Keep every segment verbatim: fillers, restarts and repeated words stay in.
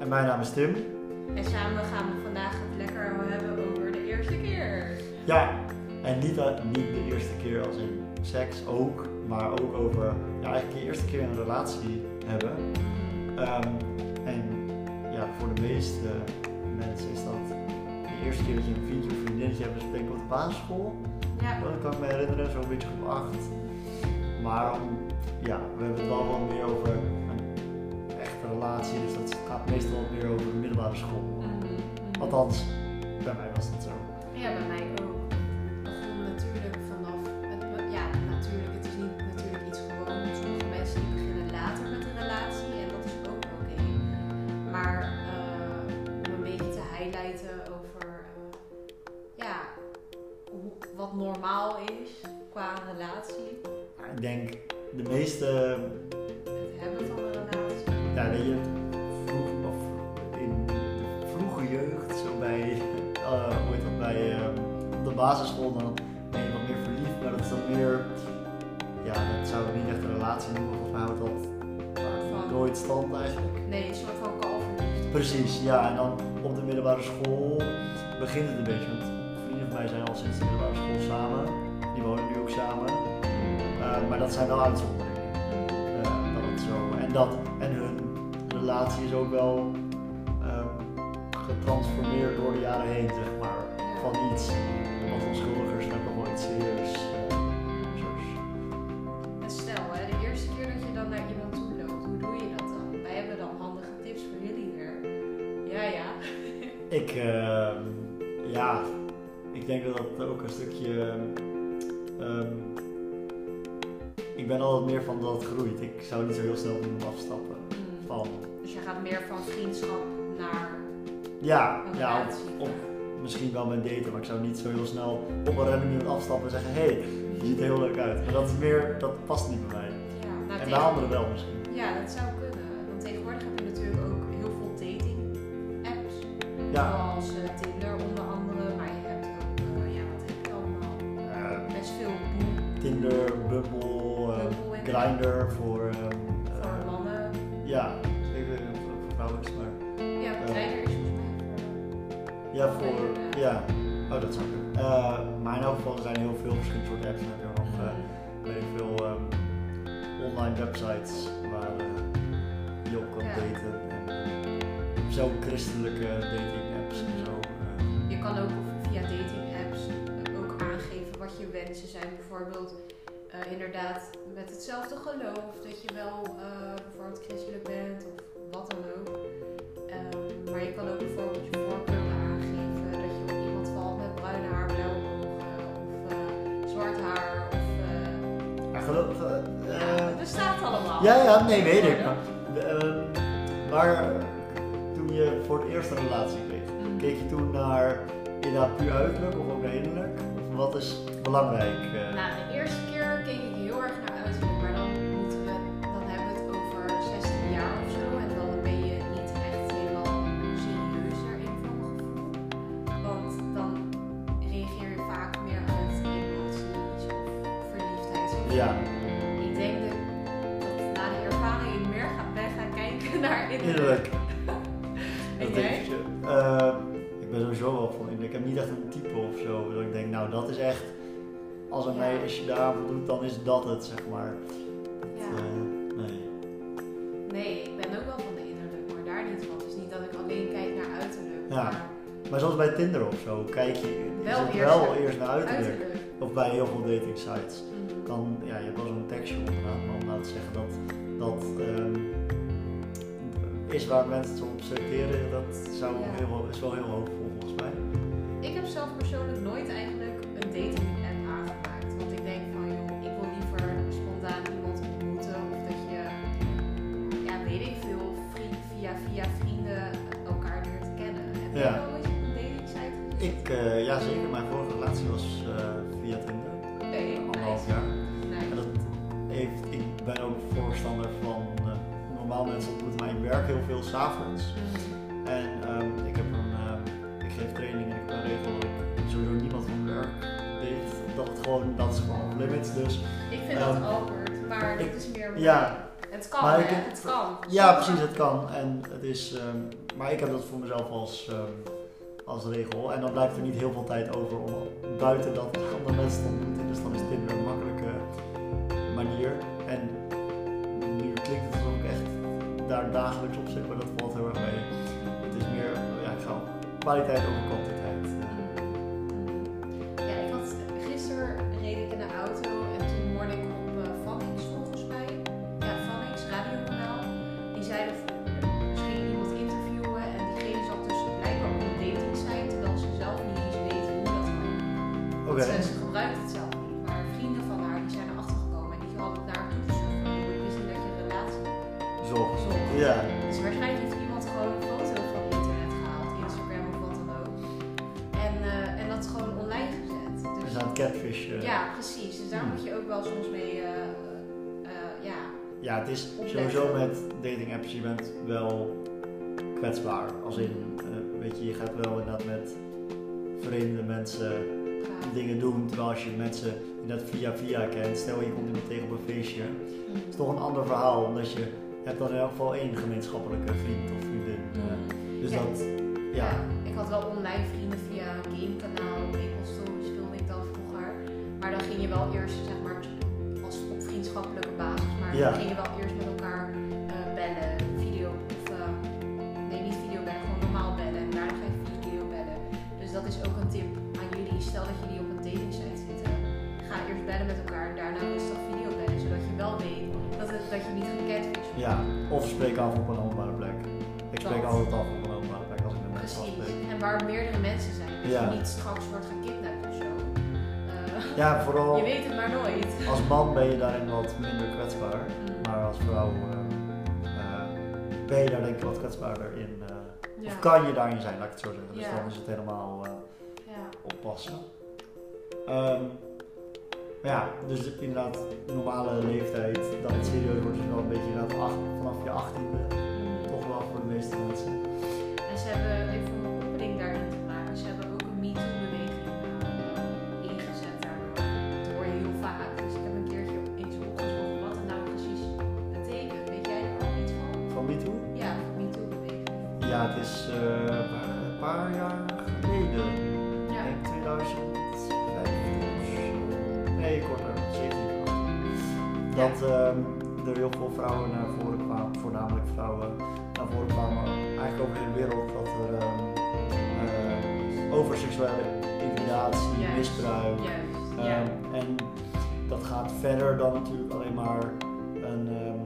En mijn naam is Tim. En samen gaan we vandaag het lekker hebben over de eerste keer. Ja, en niet, uh, niet de eerste keer als in seks ook, maar ook over ja, eigenlijk je eerste keer een relatie hebben. Um, en ja, voor de meeste mensen is dat de eerste keer dat je een vriendje of vriendinnetje hebt, dus denk ik op de basisschool. Ja. Dat kan ik me herinneren, zo'n beetje groep acht. Maar um, ja, we hebben het wel wat meer over een echte relatie, dus dat gaat meestal wat meer over de middelbare school. Mm-hmm. Althans, bij mij was dat zo. Ja, bij mij ook. Het begon natuurlijk vanaf, het, ja natuurlijk, het is niet natuurlijk iets gewoon. Sommige mensen die beginnen later met een relatie en dat is ook oké. Okay. Maar uh, om een beetje te highlighten over uh, ja, hoe, wat normaal is qua relatie. Ik denk de meeste... Het hebben van een relatie. Ja, dat je vroeg, of in de vroege jeugd, zo bij, uh, hoe heet dat, bij uh, de basisschool, dan ben je wat meer verliefd, maar dat is dan meer, ja, dat zou ik niet echt een relatie noemen, volgens mij houdt dat Van, nooit stand eigenlijk. Nee, een soort van kalverliefde. Precies, ja, en dan op de middelbare school begint het een beetje, want vrienden van mij zijn al sinds de middelbare school samen, die wonen nu ook samen, uh, maar dat zijn wel uitzonderingen. Uh, dat het zo, en dat, en hun relatie is ook wel um, getransformeerd door de jaren heen, zeg maar. Van iets wat onschuldigers naar nog wel iets serieus. Uh, en stel, hè, de eerste keer dat je dan naar iemand toe loopt, hoe doe je dat dan? Wij hebben dan handige tips voor jullie weer. Ja, ja. ik, uh, ja, ik denk dat dat ook een stukje. Um, ik ben altijd meer van dat het groeit. Ik zou niet zo heel snel van hem afstappen. Mm. Van. Dus je gaat meer van vriendschap naar Ja, een ja relatie. op, op, misschien wel met daten, maar ik zou niet zo heel snel op een random iemand afstappen en zeggen: hé, hey, je ziet er heel leuk uit. Maar dat is meer, dat past niet bij mij. Ja, nou, En bij anderen wel misschien. Ja, dat zou kunnen. Want tegenwoordig heb je natuurlijk ook heel veel dating apps. Ja. Zoals uh, Tinder onder andere, maar je hebt ook, uh, ja, wat heb je allemaal? Uh, Best veel Tinder, Bumble, uh, Bumble Grindr voor, um, voor uh, mannen. ja, ik weet niet of het voor vrouwen is, maar. Ja, uh, Grindr is volgens mij voor. Ja, voor. Ja, oh, dat zou kunnen. Uh, maar in elk geval er zijn heel veel verschillende soorten apps. Dan heb je ook nog, uh, weet ik veel, um, online websites waar uh, je op kan Ja. daten. En uh, zo christelijke dating apps en zo. Uh. Je kan ook via dating apps ook aangeven wat je wensen zijn. Bijvoorbeeld uh, inderdaad met hetzelfde geloof, dat je wel uh, bijvoorbeeld christelijk bent of wat dan ook. Um, maar je kan ook bijvoorbeeld je voorkeuren aangeven, dat je op iemand valt met bruin haar, blauwe ogen of uh, zwart haar of... Uh, Ja, geloof, uh, ja, het bestaat allemaal. Ja, ja, nee, weet ik. Maar, uh, maar toen je voor het eerst een relatie kreeg, Mm. keek je toen naar inderdaad puur uiterlijk of ook naar innerlijk? Of wat is belangrijk? Uh? Nou, de eerste keer keek ik heel erg naar uiterlijk, maar dan moeten we, dan hebben we het over zestien jaar of zo en dan ben je niet echt helemaal serieus erin van mijn gevoel. Want dan reageer je vaak meer uit emoties of verliefdheid. Of Ja. Ik denk dat, dat na die ervaring ik meer ga, ben gaan kijken naar innerlijk. Innerlijk. En Dat jij? denk ik, uh, ik ben sowieso wel van innerlijk. Ik heb niet echt een type of zo. Dat ik denk, nou dat is echt, als, een Ja. mij, als je daar aan voldoet, dan is dat het, zeg maar. Ja. Uh, nee. Nee, ik ben ook wel van de innerlijk, maar daar niet van. Het is niet dat ik alleen kijk naar uiterlijk. Ja. Maar Maar zoals bij Tinder of zo, kijk je Wel is het eerst wel naar- eerst naar uiterlijk. uiterlijk. Of bij heel veel dating sites. Mhm. Dan, ja, je hebt wel zo'n tekstje onderaan, maar om nou te zeggen dat dat um, is waar mensen het op selecteren, dat zou Ja. heel, is wel heel hoopvol volgens mij. Ik heb zelf persoonlijk nooit eigenlijk een dating app aangemaakt. Want ik denk van, joh, ik wil liever spontaan iemand ontmoeten. Of dat je, ja, weet ik veel, vri- via, via vrienden elkaar leert kennen. Heb je Ja. wel ooit op een dating site gezeten? Ik, uh, ja zeker, mijn vorige relatie was uh, via Tinder, Nee, anderhalf nice. jaar. Nee. En dat heeft, ik ben ook voorstander van uh, normaal mensen ontmoeten, maar ik werk heel veel s'avonds. Mhm. En um, ik heb een, uh, ik geef training en ik heb een regel dat ik sowieso niemand van werk deed. Dat het gewoon, dat is gewoon off limits. Dus Ik vind um, dat awkward, maar ik, dat is meer... ja, Het kan, maar hè? ik, Het kan. ja precies, het kan. En het is, um, maar ik heb dat voor mezelf als, um, als regel. En dan blijft er niet heel veel tijd over om buiten dat andere mensen te ontmoeten. Dus dan is Tinder een makkelijke manier. En nu klinkt het alsof ik echt daar dagelijks op zit, maar dat valt heel erg mee. Het is meer, ja, ik ga kwaliteit over kwantiteit. Ja, ik had gisteren reed ik in de auto en toen hoorde ik op uh, Vannix volgens mij. Ja, Vannix, radiokanaal. Die zeiden misschien iemand interviewen en diegene zat dus blijkbaar op een datingsite, terwijl ze zelf niet eens weten hoe dat kan. Okay. Ze, ze gebruikt het zelf niet, maar vrienden van haar die zijn erachter gekomen en die hadden daar toegezocht. Ik wist niet dat je een relatie zocht. zocht. Ja. Dus waarschijnlijk heeft iemand gewoon een foto van internet gehaald, Instagram of wat dan ook. En, uh, en dat is gewoon online gezet. Dus, dus aan het catfish. Uh... Ja, precies. Dus daar hmm. moet je ook wel soms mee, uh, uh, ja. Ja, het is sowieso met dating apps, je bent wel kwetsbaar. Als in, uh, weet je, je gaat wel inderdaad met vreemde mensen ja. dingen doen. Terwijl als je mensen inderdaad via via kent, stel je komt iemand tegen op een feestje, hmm. is toch een ander verhaal. Omdat je hebt dan in elk geval één gemeenschappelijke vriend of vriendin. Uh, dus ja. dat, ja. ja. Ik had wel online vrienden via een gamekanaal, Maple Stories speelde ik dan vroeger. Maar dan ging je wel eerst, zeg maar, als op vriendschappelijke basis. Maar ja. dan ging je wel eerst met elkaar uh, bellen, video, of uh, nee niet video bellen, gewoon normaal bellen. En daarna ga je video bellen. Dus dat is ook een tip aan jullie. Stel dat jullie op een datingsite zitten, ga eerst bellen met elkaar en daarna rustig video bellen. Zodat je wel weet dat, het, dat je niet gecatfished wordt. Ja, of spreek af op een openbare plek. Ik spreek dat. altijd af op een openbare plek als ik met mensen afspreek. En waar meerdere mensen zijn. Dat ja. je niet straks wordt gekidnapt of zo. Uh, ja, vooral. Je weet het maar nooit. Als man ben je daarin wat minder kwetsbaar. Mm. Maar als vrouw uh, uh, ben je daar denk ik wat kwetsbaarder in. Uh, ja. Of kan je daarin zijn, laat ik het zo zeggen. Dus ja. dan is het helemaal uh, ja. oppassen. Um, ja, dus inderdaad, normale leeftijd, dat het serieus wordt, is wel een beetje inderdaad acht, vanaf je achttiende. Mm. Toch wel voor de meeste mensen. En ze hebben, even om een koppeling daarin te maken, ze hebben ook een MeToo-beweging uh, ingezet daardoor. Dat hoor je heel vaak. Dus ik heb een keertje eens opgezocht wat het nou precies betekent. Weet jij er al iets van? Van MeToo? Ja, van MeToo-beweging. Ja, het is uh, een paar jaar geleden. Ja. Ik denk twintig vijftien of zo. Nee, korter, zeventien. Dat ja. um, er heel veel vrouwen naar voren kwamen, voornamelijk vrouwen, naar voren kwamen, eigenlijk over de hele wereld, dat er um, uh, over seksuele intimidatie, juist, misbruik. Juist, um, ja. En dat gaat verder dan natuurlijk alleen maar een um,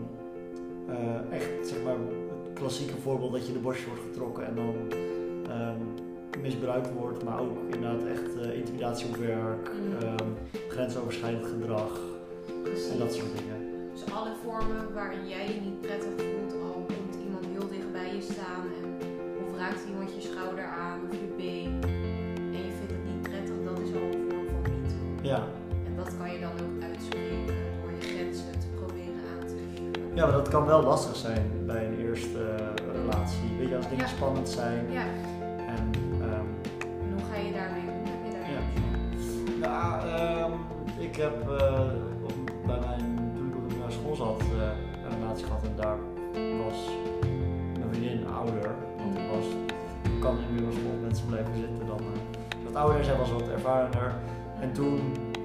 uh, echt zeg maar het klassieke voorbeeld dat je de borstje wordt getrokken en dan um, misbruikt wordt, maar ook inderdaad echt uh, intimidatie op werk, mm. um, grensoverschrijdend gedrag. Precies. En dat soort dingen. Dus alle vormen waarin jij je niet prettig voelt, al komt iemand heel dicht bij je staan en of raakt iemand je schouder aan of je been en je vindt het niet prettig, dat is al een vorm van MeToo. Ja. En dat kan je dan ook uitspreken door je grenzen te proberen aan te geven. Ja, maar dat kan wel lastig zijn bij een eerste uh, relatie. Weet je, als dingen ja. spannend zijn. Ja. En, um, en hoe ga je daarmee om? Heb je daar ja. Ja, um, ik heb uh, op, bij mijn, toen ik op de school zat, uh, een relatie gehad en daar was mijn vriendin ouder. Want ik was, ik kan in de school mensen blijven zitten dan uh, wat ouder, zij was wat ervarener. En toen,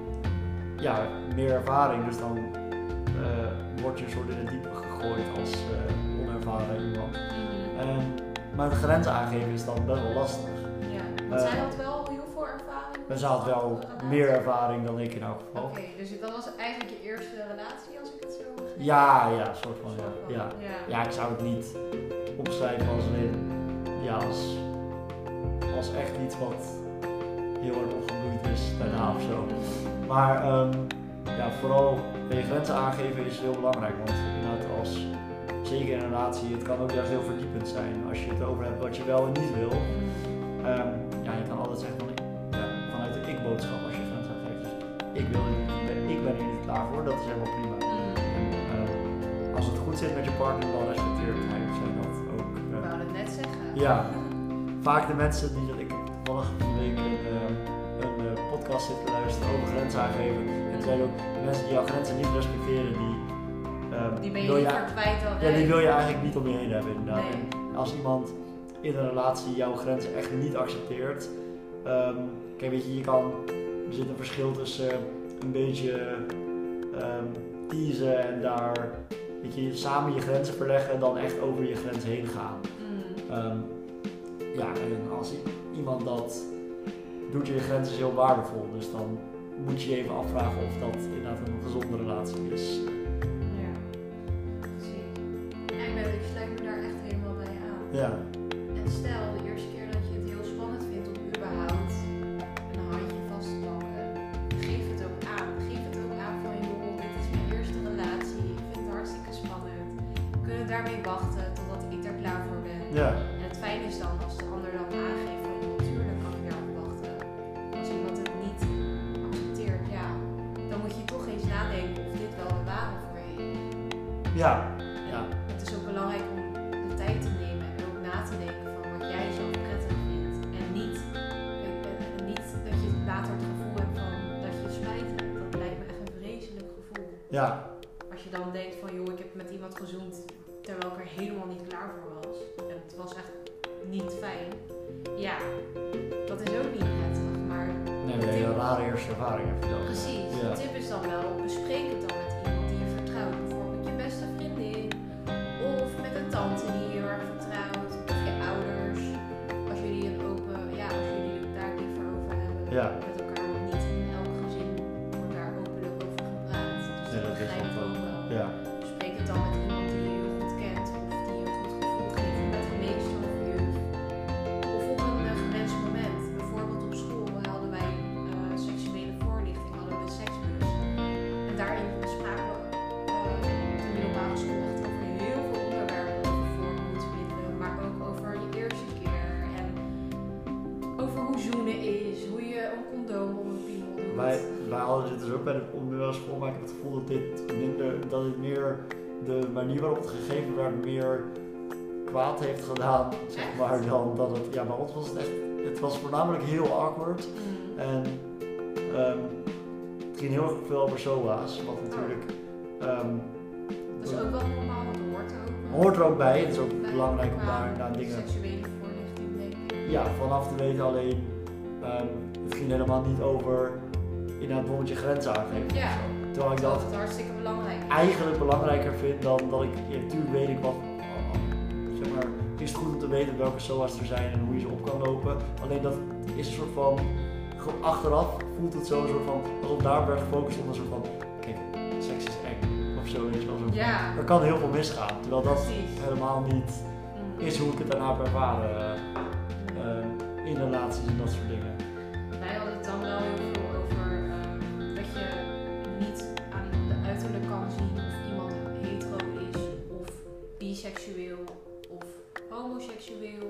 ja, meer ervaring, dus dan uh, word je een soort in het diepe gegooid als uh, onervaren iemand. Um, maar het grenzen aangeven is dan best wel lastig. Ja, want uh, zij had wel heel veel ervaring. En zij had wel meer ervaring dan ik in elk geval. Oké, okay, dus dat was eigenlijk je eerste relatie als ik het zo begrijp? Ja, ja, soort van, soort ja. van ja. ja. Ja, ik zou het niet opschrijven als een, ja, als, als echt iets wat heel erg opgebloeid is daarna of zo. Maar um, ja, vooral je grenzen aangeven is heel belangrijk, want inderdaad als, zeker in een relatie, het kan ook juist heel verdiepend zijn als je het over hebt wat je wel en niet wil. Um, ja, je kan altijd zeggen van, ja, vanuit de ik-boodschap als je grenzen aangeeft. Dus ik wil er niet, ik ben er niet klaar voor, dat is helemaal prima. En uh, als het goed zit met je partner, dan respecteert hij of zij dat ook. Uh, ik wou het net zeggen. Ja, vaak de mensen die dat ik toevallig van de week een, uh, een uh, podcast zit te luisteren over grenzen aangeven. En zijn ook de mensen die jouw grenzen niet respecteren, die, uh, die ben je liever kwijt dan ja, die wil je eigenlijk niet om je heen hebben inderdaad. Nee. En als iemand in een relatie jouw grenzen echt niet accepteert. Um, kijk, weet je, je kan, er zit een verschil tussen een beetje um, teasen en daar, weet je, samen je grenzen verleggen en dan echt over je grenzen heen gaan. Mm. Um, ja, en als iemand dat doet, je grenzen is heel waardevol, dus dan moet je je even afvragen of dat inderdaad een gezonde relatie is. Ja, precies. Ja, ik, ben, ik sluit me daar echt helemaal bij aan. Ja. En stel, de eerste keer dat je het heel spannend vindt om überhaupt een handje vast te pakken, geef het ook aan. Geef het ook aan van, joh, dit is mijn eerste relatie, ik vind het hartstikke spannend. We kunnen daarmee wachten totdat ik er klaar voor ben. Ja. En het fijn is dan als de ander dan aangeeft van, joh, natuurlijk kan ik daarop wachten. Als iemand het niet accepteert, ja, dan moet je toch eens nadenken of dit wel de ware voor je is. Ja. Ja. Het is ook belangrijk om de tijd te nemen en ook na te denken van wat jij zelf prettig vindt. En niet, en niet dat je later het gevoel hebt van dat je spijt hebt. Dat lijkt me echt een vreselijk gevoel. Ja. Als je dan denkt van, joh, ik heb met iemand gezoend terwijl ik er helemaal niet klaar voor was. En het was echt niet fijn. Ja, dat is ook niet prettig, maar... Nee, maar je een rare eerste ervaring hebt je dan. Precies. Ja. De tip is dan wel, bespreek het dan met iemand die je vertrouwt. Bijvoorbeeld je beste vriendin. Of met een tante die je heel erg vertrouwt. Of je ouders. Als jullie een open... Ja, als jullie het daar liever over hebben. Ja. Met elkaar. Want niet in elk gezin wordt daar openlijk over gepraat. Dus Nee, dat dat is begrijp ik wel. ook wel. Ja. Bespreek het dan met iemand die je heel goed kent. Of die je een goed gevoel geeft. Met een meester of juf. Of op een uh, gewenst moment. Bijvoorbeeld op school hadden wij uh, seksuele voorlichting, hadden we de seksbus. En daarin spraken we uh, op de middelbare school echt over heel veel onderwerpen. Over voorbehoedsmiddelen, maar ook over je eerste keer. En over hoe zoenen is, hoe je een condoom om een piemel doet. Wij, wij hadden dit dus ook bij de middelbare school, maar ik heb het gevoel dat dit minder, dat het meer de manier waarop het gegeven werd meer kwaad heeft gedaan, zeg maar, dan dat het, ja, bij ons was het echt, het was voornamelijk heel awkward. Mm. En um, het ging heel erg veel over S O A's, wat natuurlijk... Um, dat is ook wel normaal, want het hoort er ook wel. Hoort er ook bij, het is ook bij, belangrijk om qua daar naar dingen... seksuele voorlichting, denk ik. Ja, vanaf te weten alleen, um, het ging helemaal niet over inderdaad bijvoorbeeld je grenzen aangeven. Ja, terwijl ik dat is hartstikke belangrijk. eigenlijk belangrijker vind dan dat ik, ja, natuurlijk weet ik wat, zeg maar, is het goed om te weten welke S O A's er zijn en hoe je ze op kan lopen. Alleen dat is een soort van, achteraf voelt het zo een soort van, alsof daar werd gefocust op een soort van, kijk, seks is eng of zo, weet je wel. Zo. Ja. Er kan heel veel misgaan, terwijl dat Precies. helemaal niet Mm. is hoe ik het daarna heb ervaren uh, uh, in relaties en dat soort dingen. Wij hadden het dan wel heel veel over uh, dat je niet aan de uiterlijk kan zien of iemand hetero is of biseksueel of homoseksueel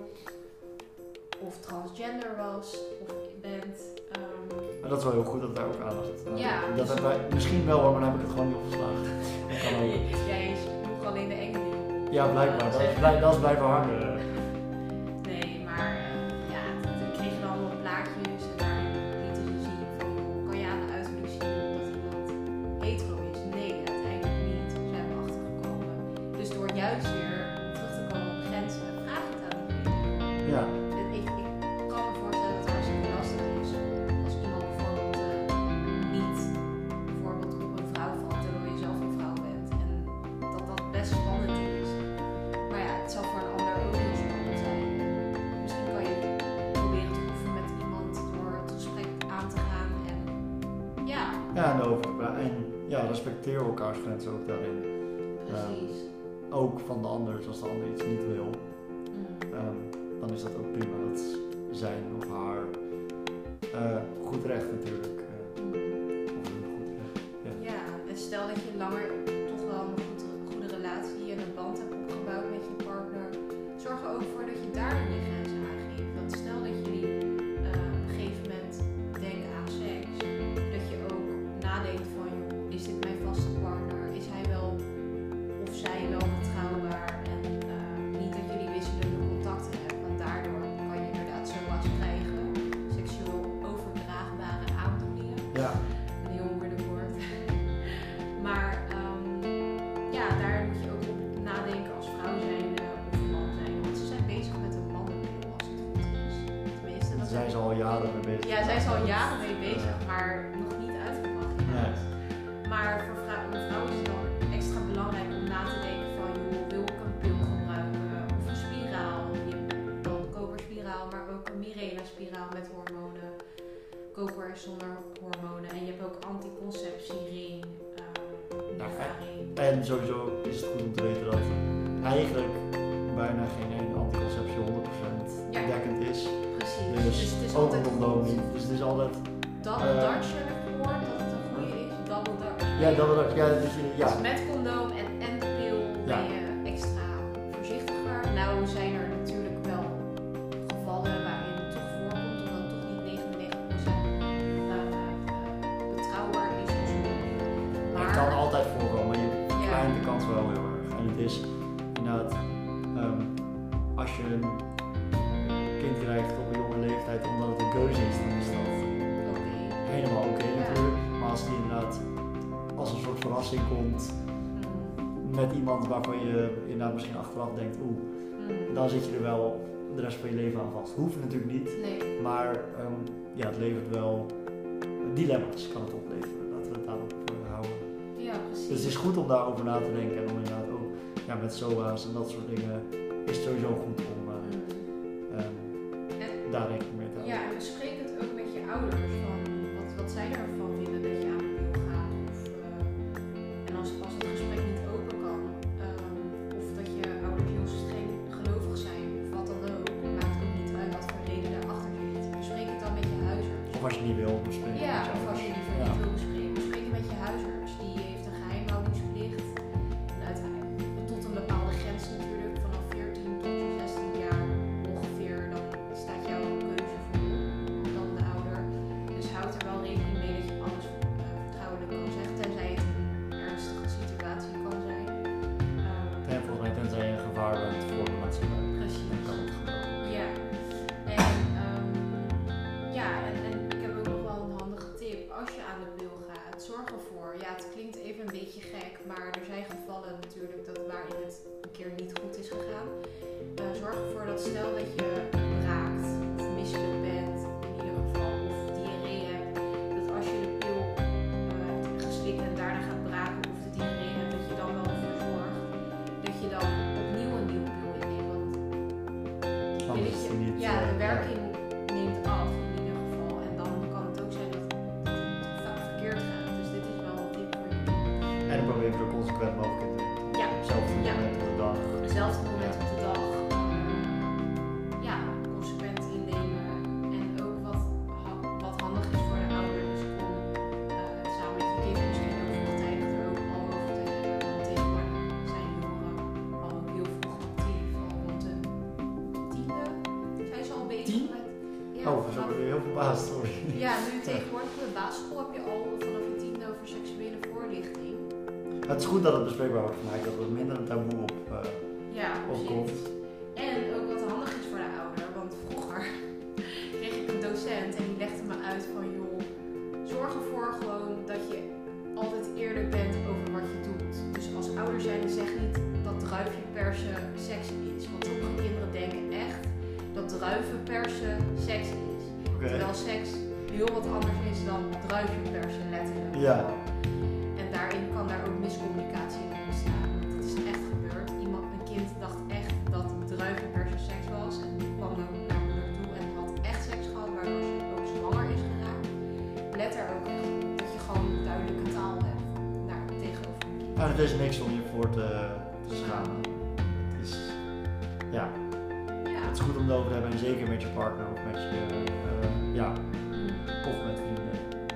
of transgender was of bent. Um, Maar dat is wel heel goed dat daar ook aandacht aan. Ja, dat dus hebben wij misschien wel, maar dan heb ik het gewoon niet opgeslagen. Dat kan ook. Jij sloeg alleen de enge dingen op. Ja, blijkbaar. Dat is, blij, dat is blijven hangen. Nee, maar uh, ja, we kregen dan allemaal plaatjes en daar lieten ze zien van, joh, kan je aan de uiterlijk zien dat iemand hetero is? Nee, uiteindelijk niet. Daar zijn we achtergekomen. Dus door juist weer terug te komen op grenzen, vraag het aan diegene. Ja. Ik, ik kan me voorstellen dat het hartstikke lastig is als iemand bijvoorbeeld uh, niet bijvoorbeeld op een vrouw valt terwijl je zelf een vrouw bent. En dat dat best spannend is. Maar ja, het zal voor een ander ook heel spannend zijn. Misschien kan je proberen te oefenen met iemand door het gesprek aan te gaan en ja. Ja, en, over, en ja, respecteer elkaars grenzen ook daarin. Precies. Um, ook van de ander, als de ander iets niet wil. Mm. Um, dan is dat ook prima. Dat is zijn of haar uh, goed recht natuurlijk. Uh, Mm. of een goed recht. Ja. Ja, en stel dat je langer toch wel een goede, goede relatie en een band hebt opgebouwd met je partner. Zorg er ook voor dat je daar je grenzen aangeeft. Want stel dat jullie uh, op een gegeven moment denken aan seks, dat je ook nadenkt van, joh, is dit mijn vaste partner? Is hij wel of zij wel betrouwbaar? En uh, niet dat jullie wisselende contacten hebben, want daardoor kan je inderdaad S O A's krijgen, seksueel overdraagbare aandoeningen. Ja. Een heel moeilijk woord. Maar um, ja, daar moet je ook op nadenken als vrouw zijnde of man zijnde. Want ze zijn bezig met een mannenbeeld. maar nog niet uitgebracht helaas. Nee. Maar voor vrouwen, vrouwen is het dan extra belangrijk om na te denken van, joh, wil ik een pil gebruiken of een spiraal? Je hebt dan een koperspiraal, maar ook een Mirena-spiraal met hormonen. Koper is zonder hormonen en je hebt ook anticonceptiering. Nou, en sowieso is het goed om te weten dat eigenlijk bijna geen één anticonceptie honderd procent ja. dekkend is. Precies. Dus, dus het is ook een condoom niet. Dus het is altijd... Double uh, Dutch heb ik gehoord dat het een goede is. Double Dutch. Ja, double Dutch. Ja, dus, ja. Dus met condoom en, en de pil ja. ben je extra voorzichtiger. Nou zijn er natuurlijk wel gevallen waarin het toch voorkomt, omdat het toch niet negenennegentig procent uh, uh, betrouwbaar is. Maar het kan altijd voorkomen. Je kleint de kans wel heel erg. En het is inderdaad, um, als je een kind krijgt op een jonge leeftijd omdat het een keuze is, dan is dat okay. helemaal oké okay, ja. natuurlijk. Maar als het inderdaad als een soort verrassing komt mm. met iemand waarvan je inderdaad misschien achteraf denkt, oeh, mm. dan zit je er wel de rest van je leven aan vast. Hoeft natuurlijk niet, nee. maar um, ja, het levert wel dilemma's, kan het opleveren. Laten we het daarop uh, houden. Ja, precies. Dus het is goed om daarover na te denken en om inderdaad ook ja, met S O A's en dat soort dingen is het sowieso goed om uh, mm. um, en, daar rekening mee te houden. Ja, en bespreek het ook met je ouders van wat, wat zij ervan vinden dat je aan de pil gaat. Of, uh, en als, als het gesprek niet open kan, um, of dat je ouders heel streng gelovig zijn, of wat dan ook, maakt het ook niet uit wat voor reden daarachter zit. Bespreek het dan met je huisarts. Of als je niet wil bespreken ja, met je of als je liever ja. niet wil bespreken, bespreek het met je huisarts. Die heeft een geheimhoudingsplicht. En uiteindelijk tot een bepaalde grens natuurlijk, vanaf veertien tot je zestien jaar ongeveer, dan staat jouw keuze voor dan de ouder. Dus houd er wel rekening mee dat je alles uh, vertrouwelijk kan zeggen, tenzij het een ernstige situatie kan zijn. Um, en volgens mij tenzij je een gevaar bent voor de maatschappij. Precies. Dan kan het gebeuren. Ja. En um, ja, en, en ik heb ook nog wel een handige tip. Als je aan de pil gaat, zorg ervoor. Ja, het klinkt even een beetje gek, maar er zijn gevallen natuurlijk dat waarin het een keer niet goed is gegaan. Uh, zorg ervoor dat stel dat je raakt of misselijk bent, in ieder geval, of diarree hebt, dat als je de pil uh, hebt geslikt en daarna gaat braken of de diarree hebt, dat je dan wel ervoor zorgt dat je dan opnieuw een nieuwe pil inneemt. Want Anders je, niet, ja, de uh, werking neemt af in ieder geval en dan kan het ook zijn dat het, dat het vaak verkeerd gaat. Dus dit is wel een tip voor je. En dan probeer je zo consequent mogelijk in te doen. Ja. Hetzelfde Ja. moment op de dag. Dezelfde moment op de dag. Ja, consequent innemen. En ook wat, ha- wat handig is voor de ouders om uh, samen met je kind misschien ook vroegtijdig er ook al over te hebben. Want tegenwoordig zijn jongeren al ook heel vroeg actief. Al rond de tiende zijn ze al bezig Tien? met... Ja, Oh, zo vanaf- ben je heel verbaasd, sorry. ja, nu tegenwoordig op de basisschool heb je al vanaf je tiende over seksuele voorlichting. Het is goed dat het bespreekbaar wordt gemaakt, dat er minder een taboe op, uh, Ja, op komt. en ook wat handig is voor de ouder, want vroeger kreeg ik een docent en die legde me uit van joh, zorg ervoor gewoon dat je altijd eerlijk bent over wat je doet. Dus als ouder zijn, zeg niet dat druifje persen sexy is. Want sommige kinderen denken echt dat druiven persen sexy is. Okay. Terwijl seks heel wat anders is dan druifje persen letterlijk. Ja. En daarin kan daar ook miscommunicatie in ontstaan. Want dat is echt gebeurd. Iemand, een kind dacht echt dat druivenpersen seks was. En die kwam dan naar moeder toe en had echt seks gehad, waardoor ze ook zwanger is geraakt. Let er ook echt op dat je gewoon duidelijke taal hebt naar, tegenover een kind. Ja, het is niks om je voor te, te schamen. Het is, ja. Ja. Het is goed om het over te hebben en zeker met je partner of met je, uh, ja, Mm. of met vrienden.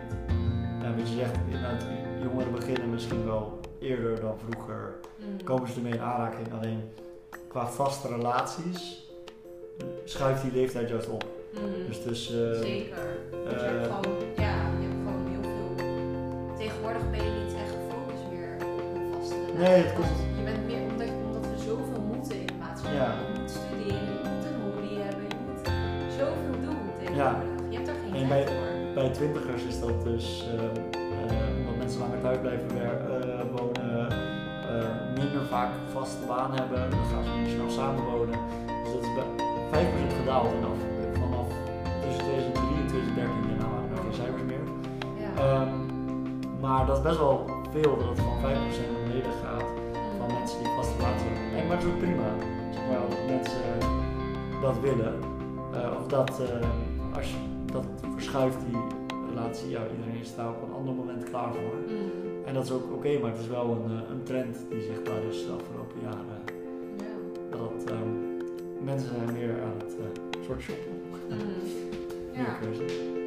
Ja, wat je zegt, inderdaad, jongeren beginnen misschien wel eerder dan vroeger. Mm. Komen ze ermee in aanraking, alleen qua vaste relaties schuift die leeftijd juist op. Mm. Dus, dus uh, Zeker. Dus je uh, hebt gewoon, ja, je hebt gewoon heel veel. Tegenwoordig ben je niet echt gefocust meer op een vaste relatie. Nee, het komt. Je bent meer omdat, omdat we zoveel moeten in de maatschappij. Ja. Je moet studeren, je moet een hobby hebben, je moet zoveel doen tegenwoordig. Ja. Je hebt er geen En tijd voor. bij twintigers is dat dus, uh, uh, omdat mensen langer thuis blijven wer- uh, wonen, uh, minder vaak een vaste baan hebben, dan gaan ze minder snel samenwonen. Dus dat is bij vijf procent gedaald en af, vanaf tussen tweeduizend drie en tweeduizend dertien, daarna waren er geen cijfers meer. Ja. Maar dat is best wel veel, dat het van vijf procent naar beneden gaat van mensen die vaste relatie hebben. En, maar dat is ook prima. Zeg maar, dat mensen dat willen. Uh, of dat, uh, als je, dat verschuift die relatie, ja, iedereen is daar op een ander moment klaar voor. Mm. En dat is ook oké, okay, maar het is wel een, een trend die zichtbaar is de afgelopen jaren. Ja. Dat um, mensen zijn meer aan het uh, soort shoppen. Mm. Meer Ja. keuze.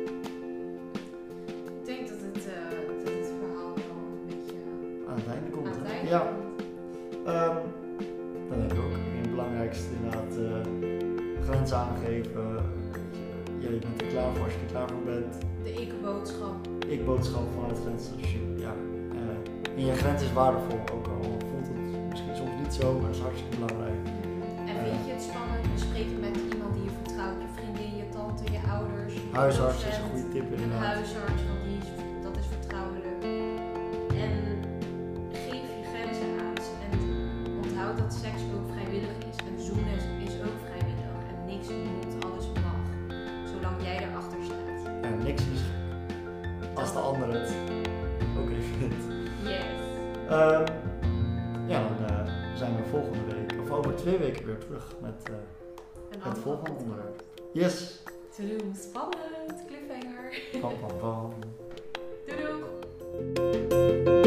Ik denk dat het, uh, dat het verhaal wel een beetje Aan het einde komt. aan het einde Ja. komt. Um, dat denk ik ook. Het belangrijkste inderdaad uh, grenzen aangeven. Je bent er klaar voor als je er klaar voor bent. De ik-boodschap. Ik-boodschap vanuit grenzen. Dus je, ja, uh, en je grens is waardevol, ook al voelt het misschien soms niet zo, maar dat is hartstikke belangrijk. En vind je het spannend? Bespreek je met iemand die je vertrouwt, je vriendin, je tante, je ouders. Je Huisarts is docent, een goede tip Een inderdaad. huisarts, want die is, dat is vertrouwelijk. En geef je grenzen aan. En onthoud dat seks ook vrijwillig is. En zoenen is, is ook vrijwillig. En niks moet, alles mag. Zolang jij erachter staat. Ja, niks is gek. Als de ander het ook even vindt. Yes. Um, ja, dan uh, zijn we volgende week, of over twee weken weer terug met uh, Een het volgende antwoord. onderwerp. Yes! Te doen. Spannend. Cliffhanger. Pam pam pam. Doei doei.